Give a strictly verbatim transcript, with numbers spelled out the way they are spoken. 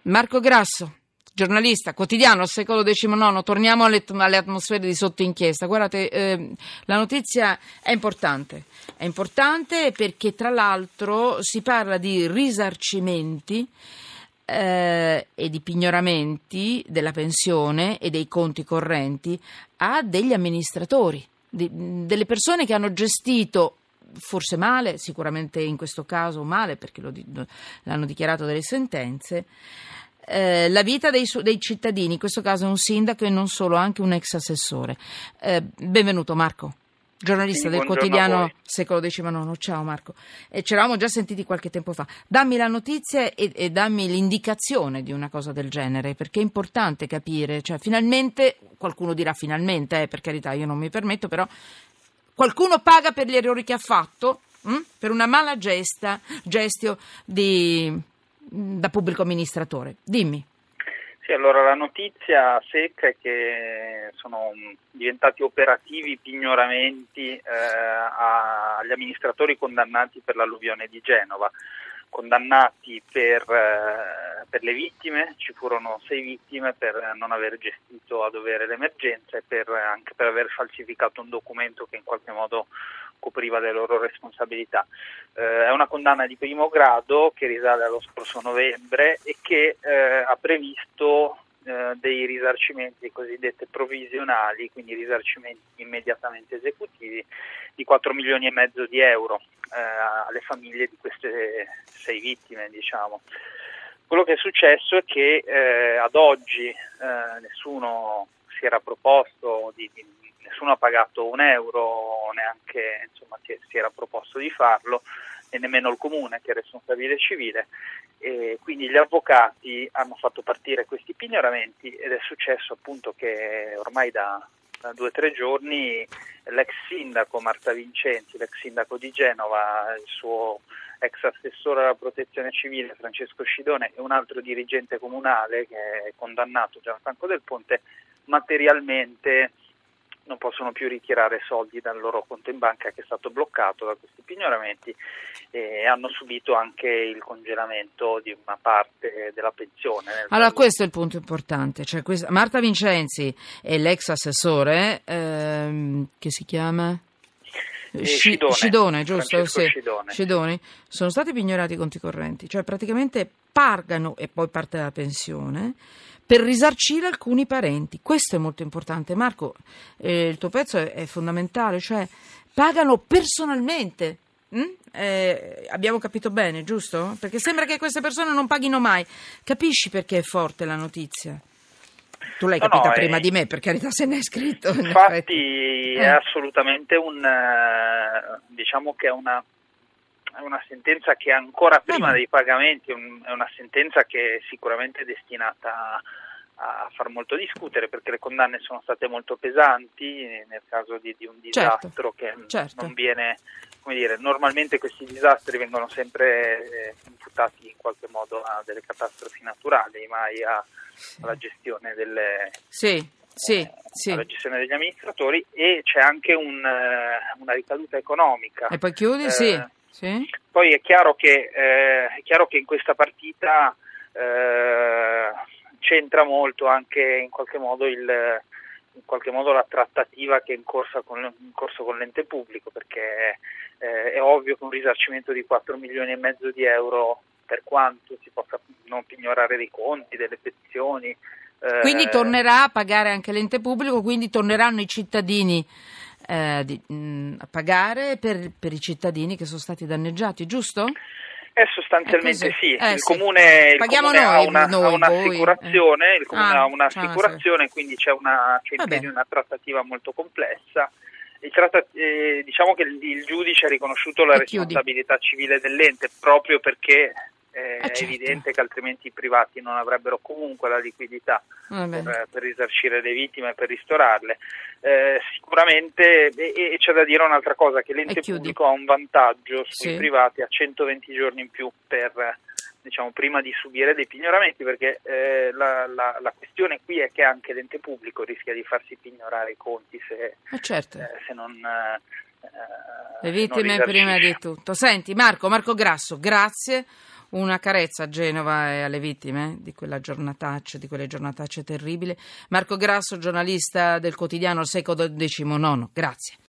Marco Grasso, giornalista, quotidiano, secolo diciannove. Torniamo alle, alle atmosfere di sotto inchiesta. Guardate, eh, la notizia è importante, è importante perché tra l'altro si parla di risarcimenti eh, e di pignoramenti della pensione e dei conti correnti a degli amministratori, di, delle persone che hanno gestito forse male, sicuramente in questo caso male perché lo, l'hanno dichiarato delle sentenze, eh, la vita dei, dei cittadini, in questo caso un sindaco e non solo, anche un ex assessore. Eh, benvenuto Marco, giornalista sì, del quotidiano Secolo diciannove. Ciao Marco, e ci eravamo già sentiti qualche tempo fa. Dammi la notizia e, e dammi l'indicazione di una cosa del genere, perché è importante capire, cioè finalmente, qualcuno dirà finalmente, eh, per carità io non mi permetto, però qualcuno paga per gli errori che ha fatto, hm? per una mala gesta, gestio di, da pubblico amministratore. Dimmi. Sì, allora la notizia secca è che sono diventati operativi pignoramenti eh, agli amministratori condannati per l'alluvione di Genova. Condannati per, eh, per le vittime, ci furono sei vittime per non aver gestito a dovere l'emergenza e per, anche per aver falsificato un documento che in qualche modo copriva le loro responsabilità. Eh, è una condanna di primo grado che risale allo scorso novembre e che eh, ha previsto eh, dei risarcimenti cosiddetti provvisionali, quindi risarcimenti immediatamente esecutivi di quattro milioni e mezzo di euro eh, alle famiglie di queste sei vittime, diciamo. Quello che è successo è che eh, ad oggi eh, nessuno si era proposto di, di nessuno ha pagato un euro, neanche insomma si, si era proposto di farlo, e nemmeno il comune che è responsabile civile, e quindi gli avvocati hanno fatto partire questi pignoramenti ed è successo appunto che ormai da, da due o tre giorni l'ex sindaco Marta Vincenzi, l'ex sindaco di Genova, il suo ex assessore alla protezione civile Francesco Scidone e un altro dirigente comunale che è condannato, Gianfranco Del Ponte, materialmente non possono più ritirare soldi dal loro conto in banca che è stato bloccato da questi pignoramenti e hanno subito anche il congelamento di una parte della pensione. Allora questo è il punto importante, cioè questa, Marta Vincenzi e l'ex assessore ehm, che si chiama? Scidone, Scidone, giusto? Sì. Scidone. Scidone, sono stati pignorati i conti correnti, cioè praticamente pagano e poi parte della pensione per risarcire alcuni parenti. Questo è molto importante. Marco, eh, il tuo pezzo è, è fondamentale, cioè pagano personalmente. Mm? Eh, abbiamo capito bene, giusto? Perché sembra che queste persone non paghino mai. Capisci perché è forte la notizia? Tu l'hai no, capita no, prima è... di me, per carità, se ne è scritto. Infatti in è assolutamente un, eh, diciamo che è una È una sentenza che ancora prima dei pagamenti, è una sentenza che è sicuramente destinata a far molto discutere perché le condanne sono state molto pesanti nel caso di, di un disastro certo, che certo. non viene, come dire, normalmente questi disastri vengono sempre eh, imputati in qualche modo a delle catastrofi naturali, mai a, alla gestione delle... Sì. Sì, eh, sì. alla gestione degli amministratori e c'è anche un, uh, una ricaduta economica. E poi chiudi, eh, sì. Sì. Poi è chiaro che eh, è chiaro che in questa partita eh, c'entra molto anche in qualche modo il in qualche modo la trattativa che è in, corsa con, in corso con l'ente pubblico, perché eh, è ovvio che un risarcimento di quattro milioni e mezzo di euro, per quanto si possa non pignorare dei conti, delle pensioni, eh, quindi tornerà a pagare anche l'ente pubblico, quindi torneranno i cittadini Eh, di, mh, a pagare per, per i cittadini che sono stati danneggiati, giusto? Eh, sostanzialmente sì, eh, il sì. comune, il comune noi, ha, una, noi, ha un'assicurazione, eh. il comune ah, ha un'assicurazione, quindi c'è, una, c'è in piedi una trattativa molto complessa. Il tratta, eh, diciamo che il, il giudice ha riconosciuto la e responsabilità chiudi. civile dell'ente proprio perché Eh, eh, è certo. evidente che altrimenti i privati non avrebbero comunque la liquidità per, per risarcire le vittime e per ristorarle. Eh, sicuramente, e, e c'è da dire un'altra cosa, che l'ente pubblico ha un vantaggio sui sì. privati, ha centoventi giorni in più per, diciamo, prima di subire dei pignoramenti, perché eh, la, la, la questione qui è che anche l'ente pubblico rischia di farsi pignorare i conti se, eh, certo. eh, se non... Eh, le vittime prima di tutto. Senti Marco, Marco Grasso, grazie. Una carezza a Genova e alle vittime di quella giornataccia, di quelle giornatacce terribili. Marco Grasso, giornalista del quotidiano Secolo diciannove. Grazie.